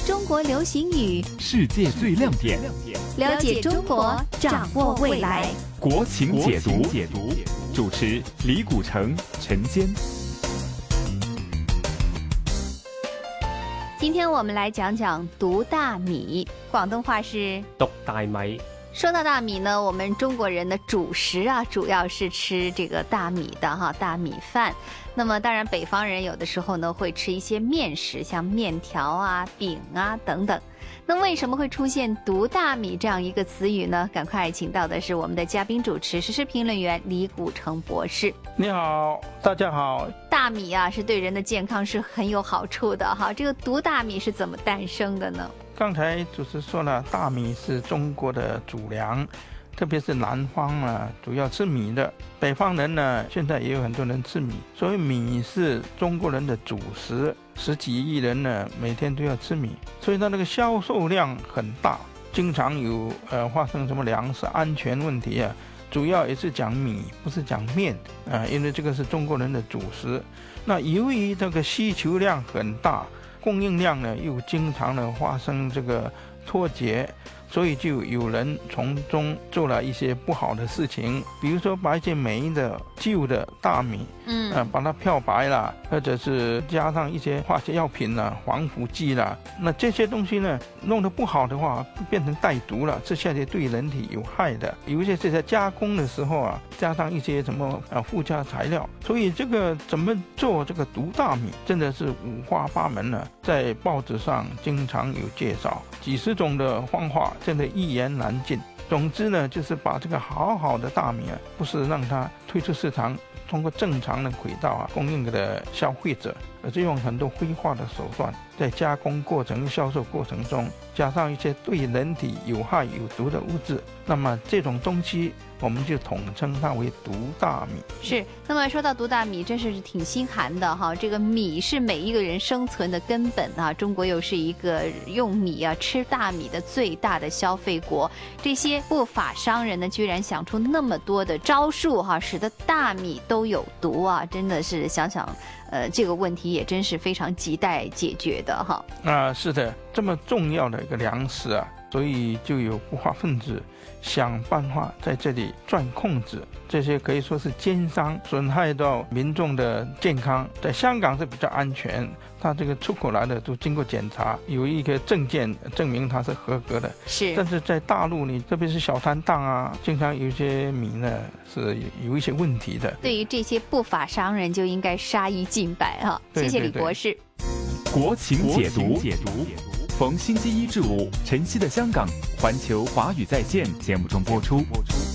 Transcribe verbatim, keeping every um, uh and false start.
中国流行语， 世界最亮点， 了解中国，掌握未来。 国情解读，解读主持李古城、陈坚。 今天我们来讲讲读大米，广东话是读大米。 说到大米呢，我们中国人的主食啊，主要是吃这个大米的哈，大米饭。那么当然北方人有的时候呢会吃一些面食，像面条啊、饼啊等等。那为什么会出现读大米这样一个词语呢？赶快请到的是我们的嘉宾主持、时事评论员李古城博士。 你好，大家好。 大米啊是对人的健康是很有好处的哈，这个读大米是怎么诞生的呢？ 刚才主持说了，大米是中国的主粮，特别是南方啊，主要吃米的。北方人呢，现在也有很多人吃米，所以米是中国人的主食。十几亿人呢，每天都要吃米，所以它那个销售量很大，经常有呃发生什么粮食安全问题啊。主要也是讲米，不是讲面啊、呃，因为这个是中国人的主食。那由于这个需求量很大，供应量呢又经常的发生这个脱节，所以就有人从中做了一些不好的事情，比如说把一些霉的旧的大米，嗯，呃，把它漂白了，或者是加上一些化学药品啦、防腐剂啦，那这些东西呢，弄得不好的话，变成带毒了，这下就对人体有害的。有一些是在加工的时候啊，加上一些什么啊附加材料，所以这个怎么做这个毒大米，真的是五花八门了。在报纸上经常有介绍，几十种的方法，真的一言难尽。总之呢，就是把这个好好的大米啊，不是让它推出市场，通过正常的轨道啊供应给了消费者，而是用很多挥发的手段，在加工过程、销售过程中加上一些对人体有害有毒的物质，那么这种东西我们就统称它为读大米。 是，那么说到读大米，真是挺心寒的哈。这个米是每一个人生存的根本啊，中国又是一个用米啊吃大米的最大的消费国，这些不法商人呢，居然想出那么多的招数哈，使得大米都有毒啊，真的是想想，呃，这个问题也真是非常亟待解决的哈。 啊，是的，这么重要的一个粮食啊，所以就有不法分子想办法在这里赚空子，这些可以说是奸商，损害到民众的健康。在香港是比较安全，它这个出口来的都经过检查，有一个证件证明它是合格的。 是，但是在大陆呢，特别是小摊档啊，经常有一些米呢是有一些问题的。 对于这些不法商人，就应该杀一儆百哈。谢谢李博士。 国情解读，解读，逢星期一至五，晨曦的香港，环球华语在线节目中播出。